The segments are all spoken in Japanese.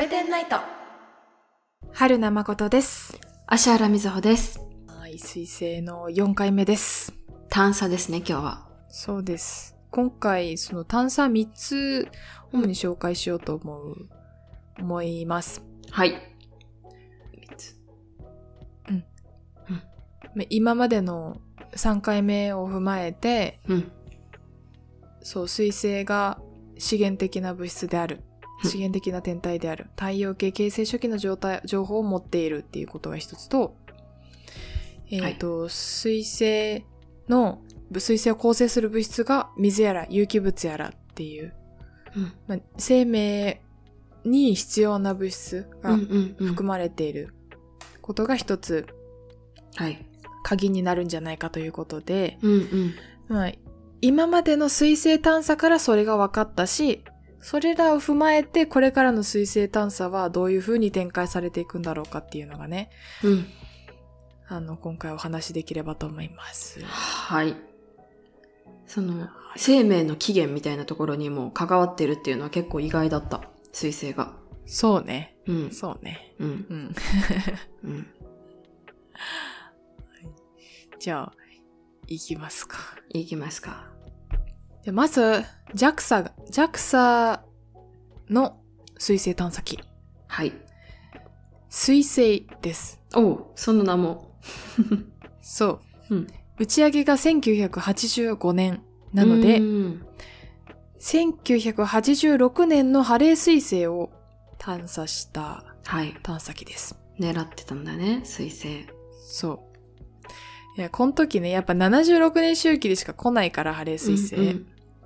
ペテンナイト春名誠です。 芦原瑞穂です。 はい、水星の4回目です。 探査ですね、今日は。 そうです。今回その探査3つ主に紹介しようと思います。 はい。3つ。 今までの3回目を踏まえて、そう、水星が資源的な物質である。資源的な天体である。太陽系形成初期の情報を持っているっていうことが一つと、水星を構成する物質が水やら有機物やらっていう、生命に必要な物質が含まれていることが一つ、鍵になるんじゃないかということで、今までの水星探査からそれが分かったし、それらを踏まえてこれからの水星探査はどういう風に展開されていくんだろうかっていうのがね、今回お話しできればと思います。 はい。その、生命の起源みたいなところにも関わってるっていうのは結構意外だった。水星が。 そうね。そうね。じゃあ、行きますか。でまず、JAXA の水星探査機。 はい。 水星です。 おう、その名も。 そう。打ち上げが1985年なので、1986年のハレー彗星を探査した探査機です。 狙ってたんだね、水星。 そう。いや、この時ね、やっぱ76年周期でしか来ないから、ハレー彗星。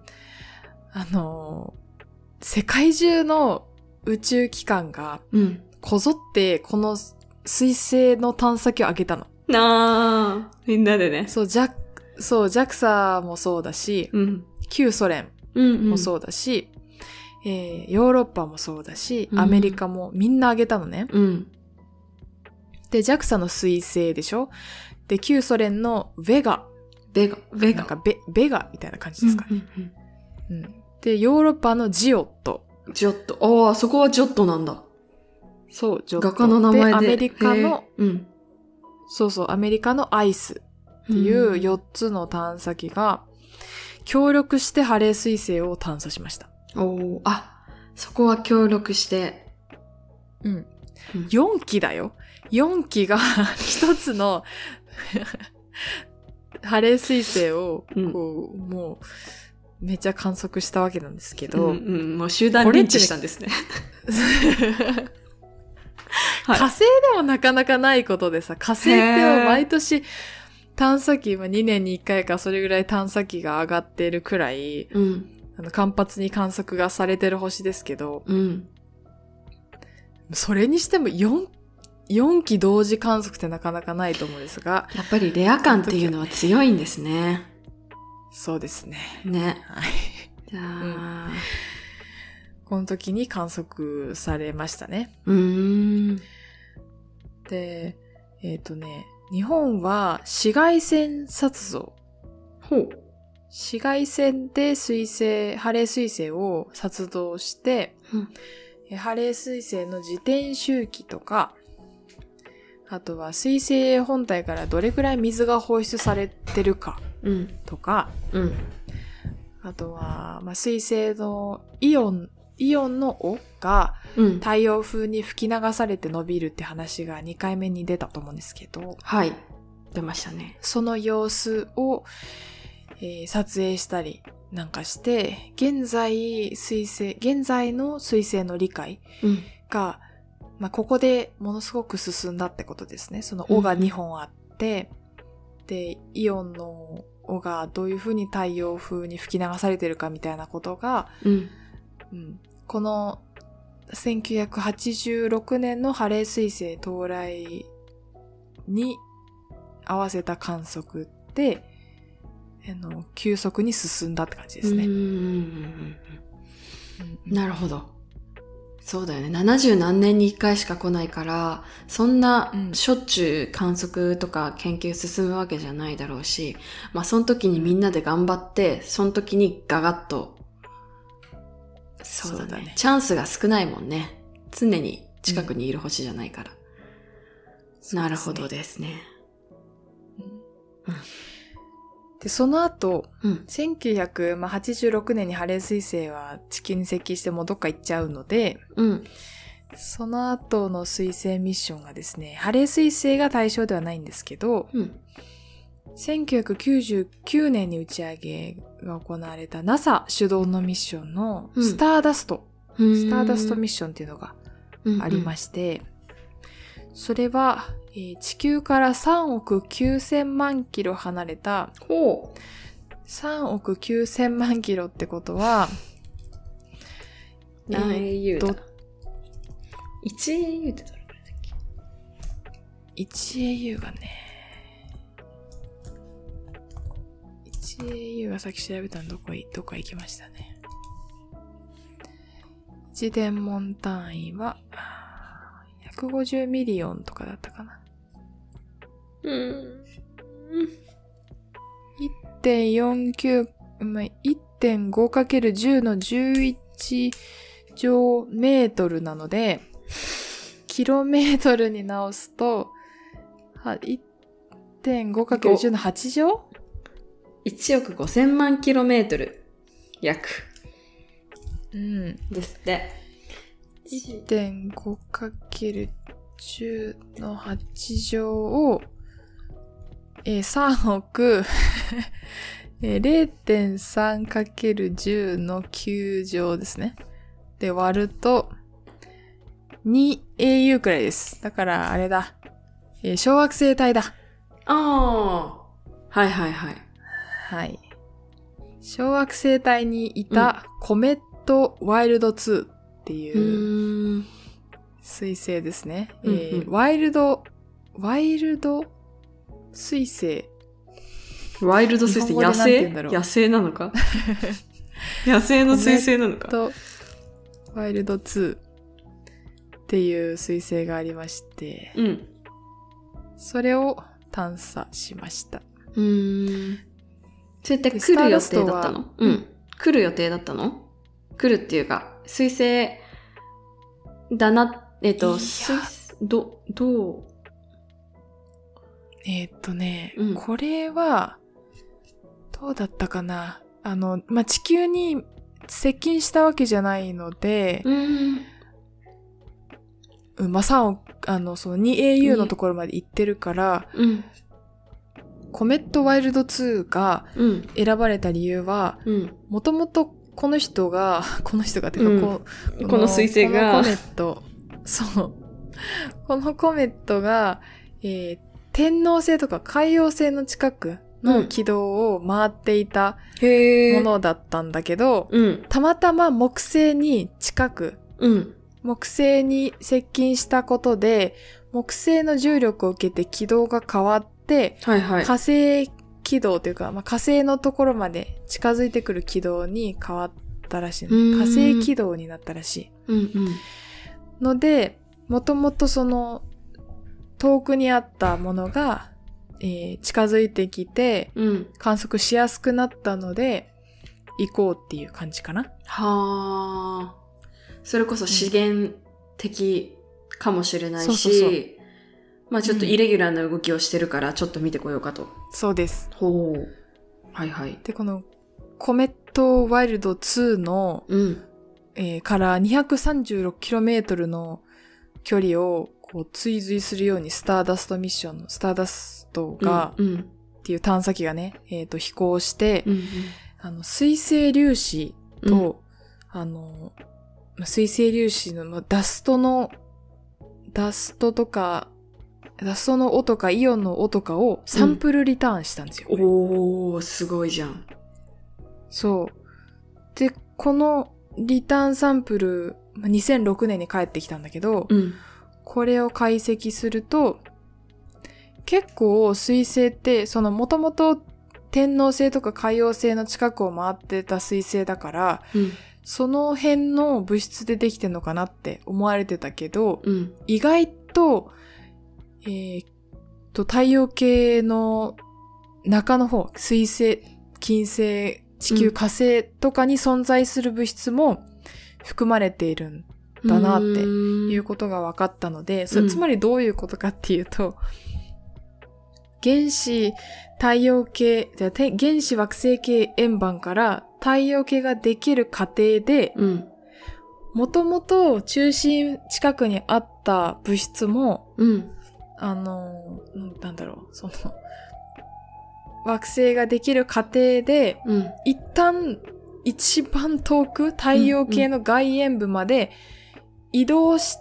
世界中の宇宙機関が、こぞってこの水星の探査機を上げたの。 みんなでね。 JAXA もそうだし、旧ソ連もそうだし、ヨーロッパもそうだし、アメリカもみんな上げたのね。で、JAXA の水星でしょ？で、旧ソ連のベガ。なんかベガみたいな感じですかね。で、ヨーロッパのジオット。 ああ、そこはジョットなんだ。 そう、ジョット。 画家の名前で。 アメリカの、アメリカのアイスっていう4つの探査機が協力してハレー彗星を探査しました。 そこは協力して。 4機だよ。4機が一つのハレー彗星をもうめっちゃ観測したわけなんですけど、 もう集団リンチしたんですね。 火星でもなかなかないことでさ、火星って毎年探査機は2年に1回かそれぐらい探査機が上がってるくらい、活発に観測がされてる星ですけど、それにしても4機同時観測ってなかなかないと思うんですが。 やっぱりレア感っていうのは強いんですね。 そうですね。 じゃあ、 この時に観測されましたね。で、日本は紫外線撮像。紫外線でハレー彗星を撮動して、ハレー彗星の自転周期とか、あとは水星本体からどれくらい水が放出されてるかとか、あとは、水星のイオンの尾が太陽風に吹き流されて伸びるって話が2回目に出たと思うんですけど、 出ましたね。 その様子を、撮影したりなんかして、現在の水星の理解が、ここでものすごく進んだってことですね。その尾が2本あって、で、イオンの尾がどういう風に太陽風に吹き流されてるかみたいなことが、この1986年のハレー彗星到来に合わせた観測で、急速に進んだって感じですね。 なるほど。そうだよね。70何年に1回しか来ないから、そんなしょっちゅう観測とか研究進むわけじゃないだろうし、その時にみんなで頑張って、その時にガガッと、そうだね。チャンスが少ないもんね。 常に近くにいる星じゃないから。なるほどですね。 で、その後、1986年にハレー彗星は地球に接近してもうどっか行っちゃうので、その後の彗星ミッションがですね、ハレー彗星が対象ではないんですけど、1999年に打ち上げが行われた NASA 主導のミッションのスターダストミッションっていうのがありまして、それは、地球から3億9000万キロ離れた、3億9000万キロってことは、 何 AU だ 1AU ってどれくらいだっけ？ 1AU がね、1AU がさっき調べたのどこ行きましたね。1天文単位は、150ミリオンとかだったかな。1.49、1.5×10 の11乗メートルなので、キロメートルに直すと、1.5×10 の8乗 ?1 億5000万キロメートル。約。ですって。 1.5×10 の8乗を、3億、0.3×10 の9乗ですね。で割ると、2AU くらいです。だから、あれだ。小惑星帯だ。 はいはいはい。 はい。小惑星帯にいたコメットワイルド2っていう彗星ですね。ワイルド彗星。 ワイルド彗星、野生なのか野生の彗星なのかワイルド2っていう彗星がありまして、それを探査しました。 それって来る予定だったの？来る予定だったの？来るっていうか、彗星だな、どうこれは、どうだったかな。地球に接近したわけじゃないので、3億、その 2AU のところまで行ってるから、コメットワイルド2が選ばれた理由は、もともとこの人がっていうか、 この彗星が、 このコメットが、天王星とか海王星の近くの軌道を回っていたものだったんだけど、たまたま木星に近く、木星に接近したことで、木星の重力を受けて軌道が変わって、火星軌道というか、火星のところまで近づいてくる軌道に変わったらしい、火星軌道になったらしい。ので、もともとその、遠くにあったものが、近づいてきて、観測しやすくなったので、行こうっていう感じかな。 はー。それこそ資源的かもしれないし、ちょっとイレギュラーな動きをしてるから、ちょっと見てこようかと。 そうです。 ほう。はいはい。 で、このコメットワイルド2の、から 236km の距離をこう追随するようにスターダストミッションのスターダストが、っていう探査機がね、飛行して、水星粒子と、水星粒子のダストの音とかイオンの音とかをサンプルリターンしたんですよ。 おー、すごいじゃん。 そう。で、このリターンサンプル、2006年に帰ってきたんだけど、これを解析すると、結構水星って、もともと天王星とか海王星の近くを回ってた水星だから、その辺の物質でできてんのかなって思われてたけど、意外と、太陽系の中の方、水星、金星、地球、火星とかに存在する物質も含まれているんだなっていうことが分かったので、つまりどういうことかっていうと、原子太陽系、原子惑星系円盤から太陽系ができる過程で、もともと中心近くにあった物質も、なんだろう、惑星ができる過程で、一旦一番遠く太陽系の外縁部まで移動して、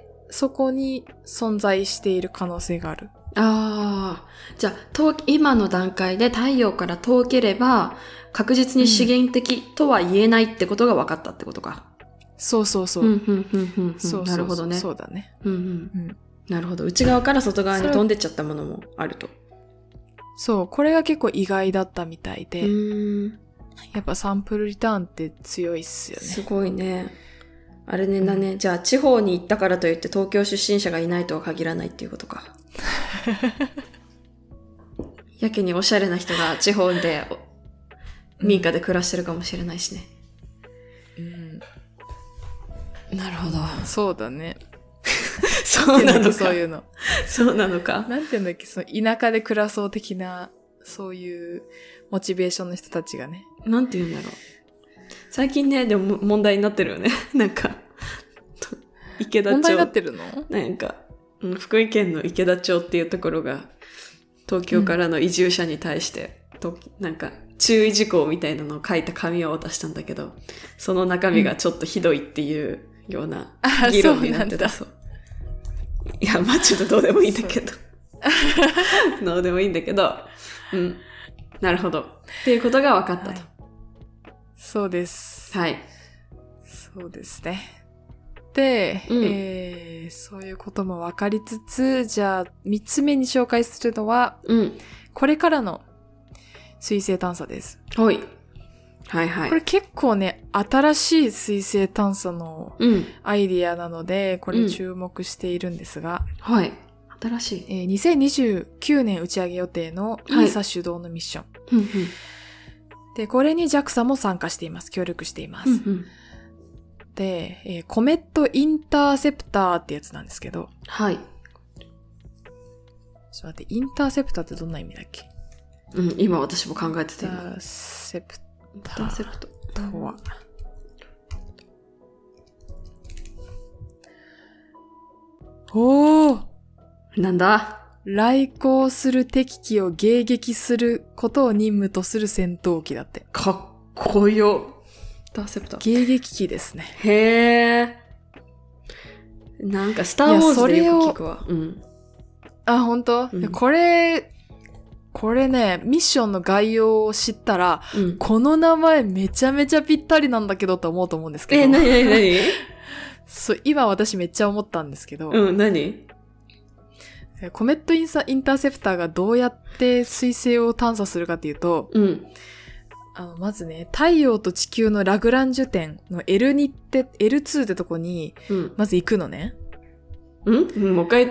そこに存在している可能性がある。 ああ、じゃあ今の段階で太陽から遠ければ確実に資源的とは言えないってことが分かったってことか。 そうそうそう。 なるほどね。 そうだね。 なるほど。内側から外側に飛んでっちゃったものもあると。 そう、これが結構意外だったみたいで、やっぱサンプルリターンって強いっすよね。 すごいね。あれね、じゃあ地方に行ったからといって東京出身者がいないとは限らないっていうことか。やけにおしゃれな人が地方で民家で暮らしてるかもしれないしね。なるほど。 そうだね。 そうなのか。 そういうの。 そうなのか。 なんていうんだっけ、田舎で暮らそう的な、そういうモチベーションの人たちがね。 なんて言うんだろう。最近ね、でも問題になってるよね。なんか、池田町。 問題になってるの？ なんか、福井県の池田町っていうところが、東京からの移住者に対して、なんか、注意事項みたいなのを書いた紙を渡したんだけど、その中身がちょっとひどいっていうような議論になってた。そう。いや、まあちょっとどうでもいいんだけど。どうでもいいんだけど、なるほど。っていうことが分かったと。 そうです。 はい。 そうですね。で、そういうことも分かりつつ、じゃあ3つ目に紹介するのは、これからの水星探査です。 はい。はいはい。 これ結構ね、新しい水星探査のアイディアなので、これ注目しているんですが、 はい。新しい。 2029年打ち上げ予定の ESA 主導のミッション。で、これに JAXA も参加しています。協力しています。で、コメットインターセプターってやつなんですけど。 はい。 ちょっと待って、インターセプターってどんな意味だっけ？ 今私も考えてた。 インターセプトとは。おー！ なんだ？ 来航する敵機を迎撃することを任務とする戦闘機だって。 かっこよ。インターセプター。 迎撃機ですね。 へー。なんかスターウォーズでよく聞くわ。 あ、本当？これね、ミッションの概要を知ったら、この名前めちゃめちゃぴったりなんだけどと思うと思うんですけど。 なにそう、今私めっちゃ思ったんですけど。 何？ コメットインターセプターがどうやって水星を探査するかっていうと、まずね、太陽と地球のラグランジュ点の L2 ってとこに、まず行くのね。 もう一回言って。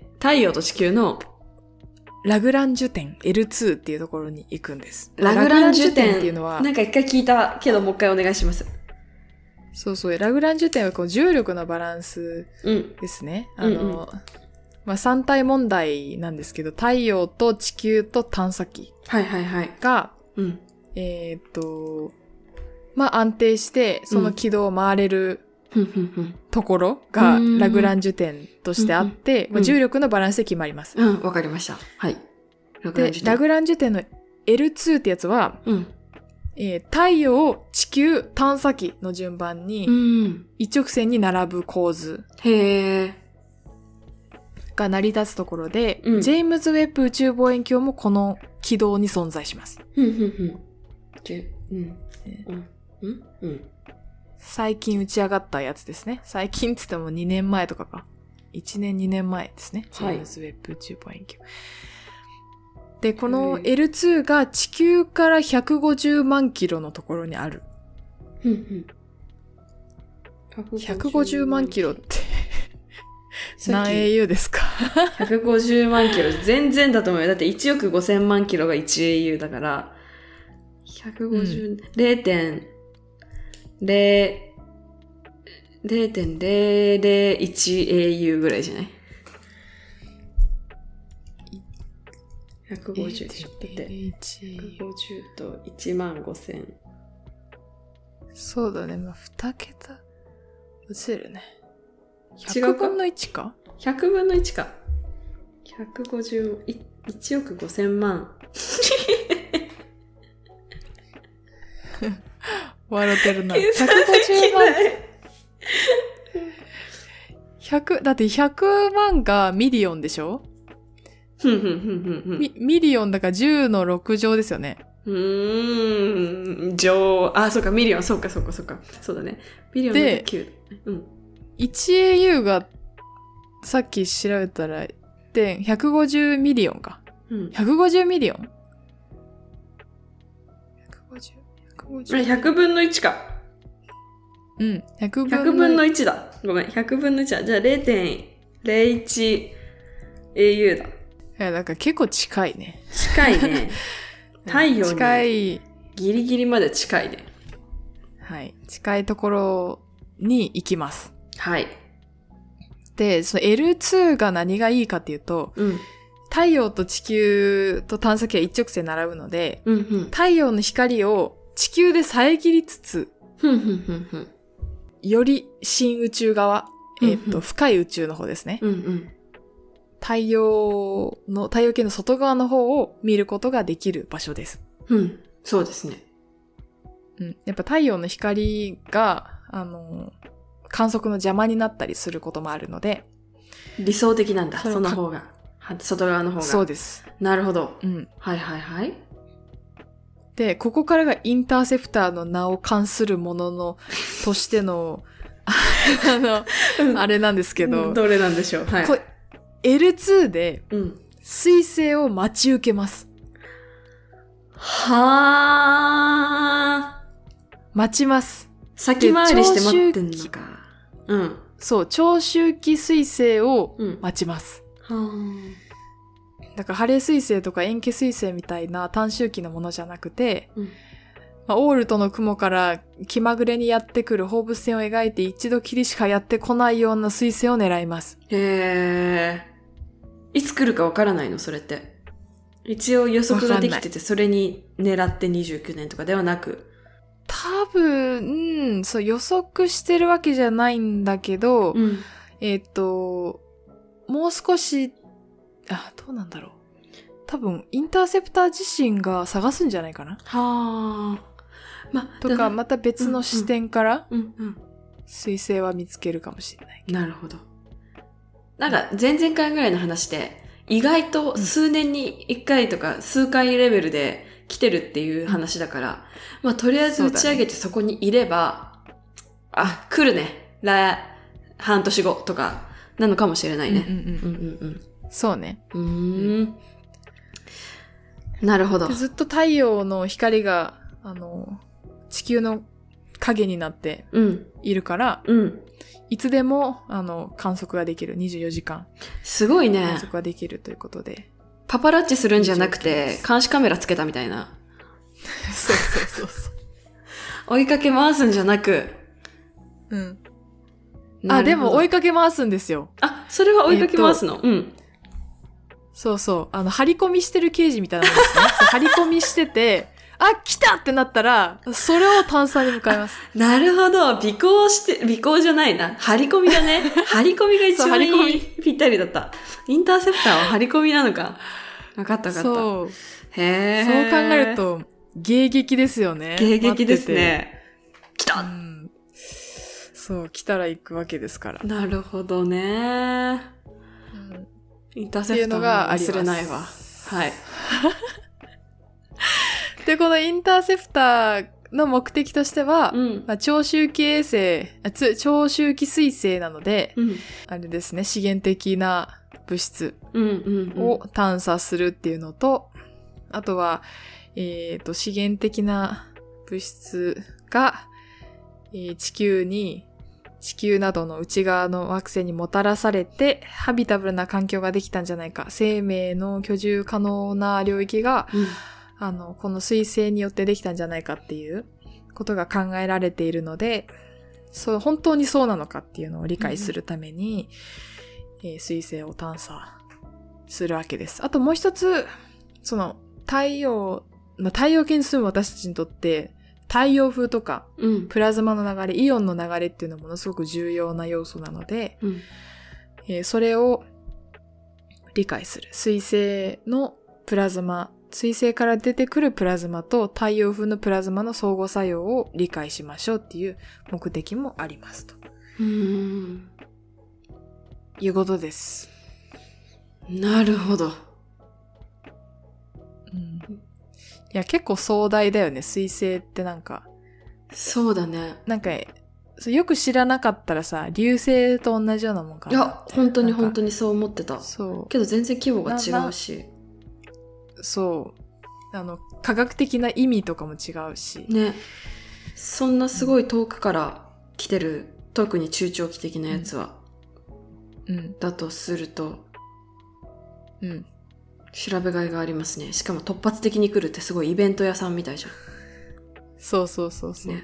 太陽と地球のラグランジュ点 L2 っていうところに行くんです。 ラグランジュ点っていうのは、 なんか一回聞いたけどもう一回お願いします。 そうそう、ラグランジュ点はこう重力のバランスですね。3体問題なんですけど、太陽と地球と探査機が、安定してその軌道を回れるところがラグランジュ点としてあって、重力のバランスで決まります。 わかりました。はい。 ラグランジュ点の L2 ってやつは、太陽、地球、探査機の順番に一直線に並ぶ構図が成り立つところで、ジェームズ・ウェッブ宇宙望遠鏡もこの軌道に存在します。最近打ち上がったやつですね。最近って言っても2年前とかか。1年2年前ですね。ジェームズ・ウェッブ宇宙望遠鏡。で、この L2 が地球から150万キロのところにある。150万キロって何 AU ですか？ 150 万キロ。全然だと思うよ。だって1億5000万キロが 1AU だから、0.0 0.001au ぐらいじゃない？ 150 でしょ。だって150と15,000。 そうだね。まあ、2桁移せるね。 違うか 100分の1か 100分の1か。150、1億5,000万。 笑ってるな。 計算でき 150万。 ないだって100万がミリオンでしょ？ミリオンだから10の6乗ですよね。 あ、そうか、ミリオン、そうか。そうだね。ミリオンで9。 1au が、さっき調べたら、150ミリオンか。150ミリオン 100分の1か。 うん。100 100分の1だ。ごめん、100分の1だ。じゃあ 0.01au だ。 なんか結構近いね。 近いね。太陽に近い。 ギリギリまで近いね。 はい。近いところに行きます。 はい。 で、その L2 が何がいいかっていうと、太陽と地球と探査機は一直線並ぶので、太陽の光を地球で遮りつつ、より深宇宙側、深い宇宙の方ですね。太陽系の外側の方を見ることができる場所です。 そうですね。 やっぱ太陽の光が、観測の邪魔になったりすることもあるので。 理想的なんだ、その方が。外側の方が。 そうです。 なるほど。 はい 。 で、ここからがインターセプターの名を冠するものとしての、あれなんですけど。 どれなんでしょう。はい。 L2 で、彗星を待ち受けます。待ちます。 先回りして待ってんのか。 そう、長周期彗星を待ちます。だから、ハレー彗星とか塩基彗星みたいな短周期のものじゃなくて、オールトの雲から気まぐれにやってくる放物線を描いて一度きりしかやってこないような彗星を狙います。 へー。いつ来るかわからないのそれって。一応予測ができてて、それに狙って29年とかではなく。 多分、そう予測してるわけじゃないんだけど、もう少し、どうなんだろう。多分、インターセプター自身が探すんじゃないかな。とか、また別の視点から、彗星は見つけるかもしれない。 なるほど。なんか、前々回ぐらいの話で、意外と数年に1回とか数回レベルで来てるっていう話だから、とりあえず打ち上げてそこにいれば、来るね。半年後とか、なのかもしれないね。 そうね。 なるほど。 ずっと太陽の光が、地球の影になっているから、いつでも、観測ができる。24時間。 すごいね。 観測ができるということで。 パパラッチするんじゃなくて、監視カメラつけたみたいな。 そう。 追いかけ回すんじゃなく。 でも追いかけ回すんですよ。 それは追いかけ回すの。 そう。張り込みしてる刑事みたいなんですね。張り込みしてて、来たってなったら、それを探査に向かいます。 なるほど。尾行じゃないな。張り込みだね。張り込みが一番ぴったりだった。インターセプターは張り込みなのか。わかった。 そう。 へー。 そう考えると、迎撃ですよね。 迎撃ですね。来た、 そう、来たら行くわけですから。 なるほどね。インターセプターが忘れないわ。はい。 で、このインターセプターの目的としては、長周期衛星、長周期彗星なので、あれですね、資源的な物質を探査するっていうのと、あとは、資源的な物質が、地球などの内側の惑星にもたらされて、ハビタブルな環境ができたんじゃないか、生命の居住可能な領域が、この彗星によってできたんじゃないかっていうことが考えられているので、 本当にそうなのかっていうのを理解するために、水星を探査するわけです。あともう一つ、その太陽系に住む私たちにとって太陽風とか、プラズマの流れ、イオンの流れっていうのはものすごく重要な要素なので、それを理解する。水星のプラズマ、水星から出てくるプラズマと太陽風のプラズマの相互作用を理解しましょうっていう目的もありますと。いうことです。 なるほど。 いや、結構壮大だよね、水星ってなんか。 そうだね。 なんか、よく知らなかったらさ、流星と同じようなもんかな。 いや、本当にそう思ってた。 そう。 けど全然規模が違うし。 そう。科学的な意味とかも違うし。 ね。そんなすごい遠くから来てる、特に中長期的なやつは。だとすると。調べがいがありますね。しかも突発的に来るってすごいイベント屋さんみたいじゃん。 そう。ね、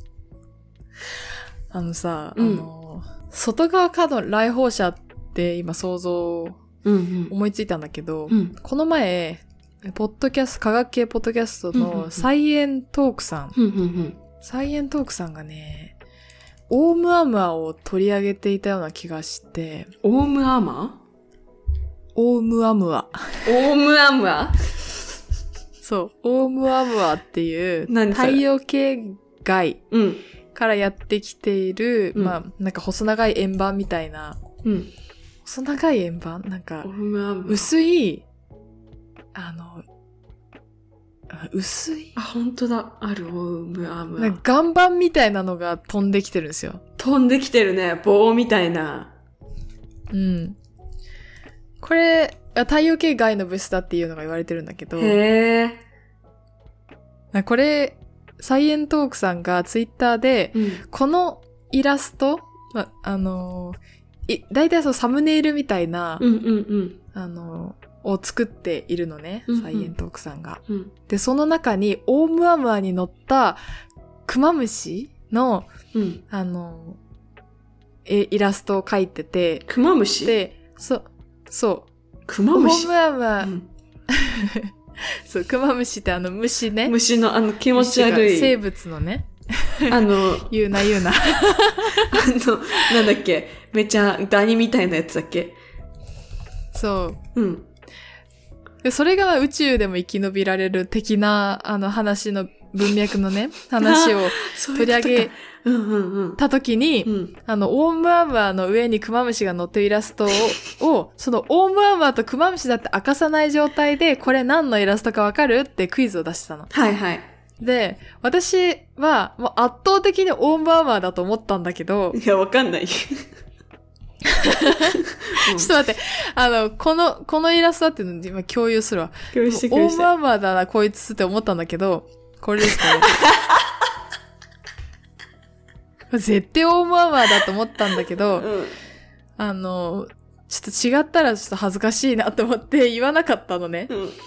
外側からの来訪者って今想像思いついたんだけど、この前、科学系ポッドキャストのサイエントークさん。サイエントークさんがね、オウムアムアを取り上げていたような気がして。 オウムアマオウムアムア。 オウムアムアそう。オウムアムアっていう太陽系外からやってきている、なんか細長い円盤みたいな。細長い円盤なんか、薄い、薄い。 本当だ。ある、オウムアムア。 なんか岩盤みたいなのが飛んできてるんですよ。 飛んできてるね。棒みたいな。 これ、太陽系外の物質だっていうのが言われてるんだけど。これ、サイエントークさんがツイッターで、このイラスト、だいたいサムネイルみたいな、を作っているのね、サイエントークさんが。で、その中に、オウムアムアに乗ったクマムシの、イラストを描いてて。 クマムシで、そう。 クマムシオウムアムア、そう、クマムシって虫ね。 虫の気持ち悪い。 生物のね。言うな。なんだっけ、めちゃダニみたいなやつだっけ。 そう。で、それが宇宙でも生き延びられる的な、話の文脈のね、話を取り上げたときに、オウムアムアの上にクマムシが乗ってるイラストを、そのオウムアムアとクマムシだって明かさない状態で、これ何のイラストかわかるってクイズを出したの。で、私は、もう圧倒的にオウムアムアだと思ったんだけど。 いや、わかんない。 ちょっと待って、このイラストっていうのを今共有するわ。 共有してくれ。 オウムアムアだな、こいつって思ったんだけど、これですかね。絶対オウムアムアだと思ったんだけど、ちょっと違ったらちょっと恥ずかしいなと思って言わなかったのね。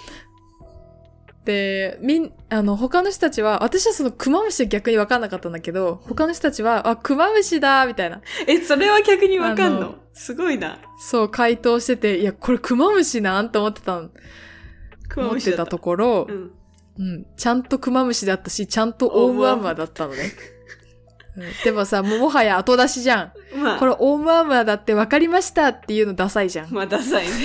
で、他の人たちは、私はそのクマムシは逆に分かんなかったんだけど、他の人たちは、クマムシだみたいな。 それは逆に分かんの？すごいな。 そう、回答してて、いや、これクマムシなんて思ってたところ、ちゃんとクマムシだったし、ちゃんとオウムアムアだったのね。でもさ、もはや後出しじゃん。これオウムアムアだって分かりましたっていうのダサいじゃん。 ダサいね。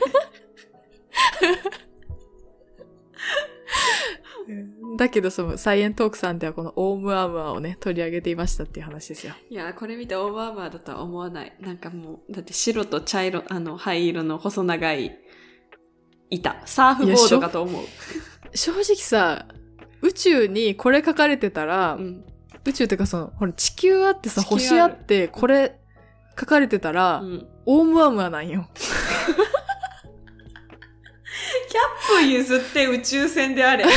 だけどサイエントークさんではこのオウムアムアをね、取り上げていましたっていう話ですよ。 いや、これ見てオウムアムアだとは思わない。なんかもう、だって白と茶色、灰色の細長い板。サーフボードかと思う。 正直さ、宇宙にこれ書かれてたら、宇宙ってかほら地球あってさ、星あってこれ書かれてたら、オウムアムアなんよ。 100分譲って宇宙船であれ。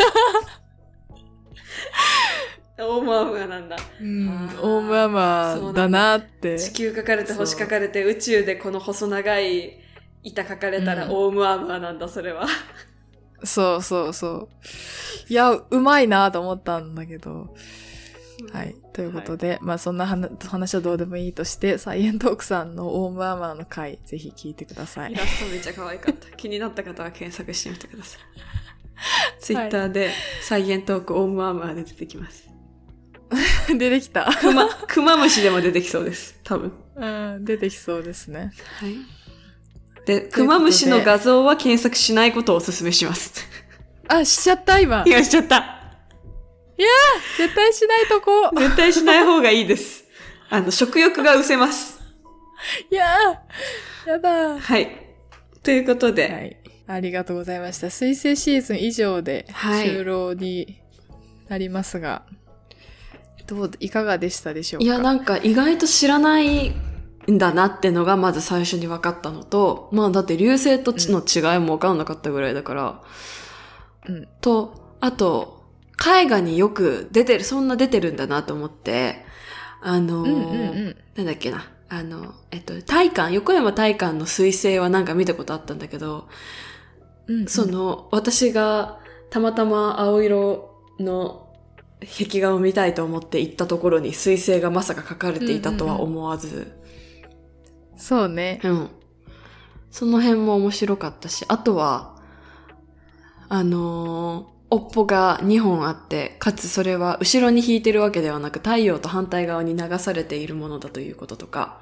オウムアムアなんだ。 オウムアムアだなって。 地球書かれて星書かれて宇宙でこの細長い板書かれたらオウムアムアなんだ、それは。 そう。いや、うまいなと思ったんだけど。 はい。ということで、まあそんな話はどうでもいいとして、サイエントークさんのオウムアーマーの回、ぜひ聞いてください。 イラストめっちゃ可愛かった。気になった方は検索してみてください。ツイッターで、サイエントークオウムアーマーで出てきます。 出てきた。 クマムシでも出てきそうです。多分。 うん、出てきそうですね。 はい。で、クマムシの画像は検索しないことをお勧めします。 あ、しちゃった今。 今しちゃった。 いやー、絶対しないとこ。 絶対しない方がいいです。食欲が失せます。 いやー、やだー。 はい。ということで。 はい。ありがとうございました。水星シーズン以上で終了になりますが、いかがでしたでしょうか？ いや、なんか意外と知らないんだなってのがまず最初に分かったのと、まあだって流星と地の違いも分かんなかったぐらいだから、 うん。 と、あと、絵画によくそんな出てるんだなと思って、なんだっけな、横山大観の水星はなんか見たことあったんだけど、私がたまたま青色の壁画を見たいと思って行ったところに水星がまさか描かれていたとは思わず。 そうね。 うん。その辺も面白かったし、あとは、尾っぽが2本あって、かつそれは後ろに引いてるわけではなく、太陽と反対側に流されているものだということとか、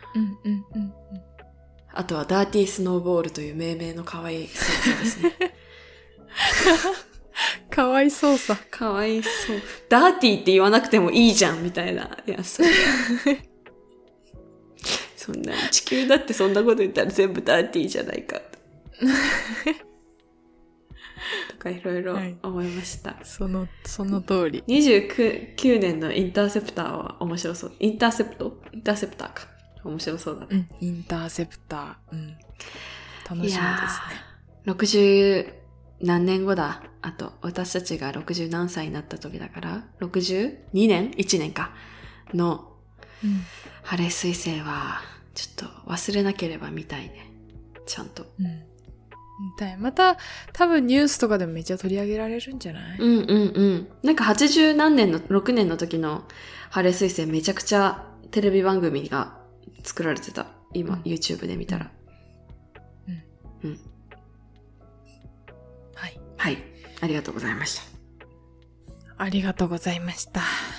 あとはダーティースノーボールという命名の可愛い操作ですね。 かわいそうさ。 かわいそう。ダーティーって言わなくてもいいじゃん、みたいな。いや、そんな、地球だってそんなこと言ったら全部ダーティーじゃないか。とかいろいろ思いました。 はい、その通り。 29年のインターセプターは面白そう。インターセプターか。面白そうだね。 インターセプター。楽しみですね。 60何年後だ。あと、私たちが60何歳になった時だから、62年 ?1 年か。の、晴れ彗星は、ちょっと忘れなければ見たいね。ちゃんと。 見たい。また、多分ニュースとかでもめっちゃ取り上げられるんじゃない？ なんか80何年の、6年の時の晴れ彗星めちゃくちゃテレビ番組が作られてた。今、YouTube で見たら。はい。ありがとうございました。 ありがとうございました。